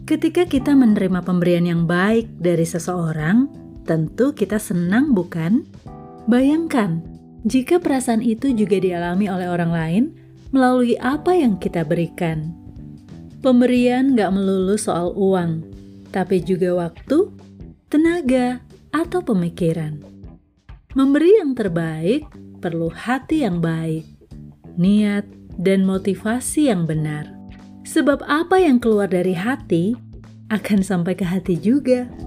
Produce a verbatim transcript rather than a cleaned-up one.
Ketika kita menerima pemberian yang baik dari seseorang, tentu kita senang, bukan? Bayangkan, jika perasaan itu juga dialami oleh orang lain melalui apa yang kita berikan. Pemberian gak melulu soal uang, tapi juga waktu, tenaga, atau pemikiran. Memberi yang terbaik perlu hati yang baik, niat, dan motivasi yang benar. Sebab apa yang keluar dari hati akan sampai ke hati juga.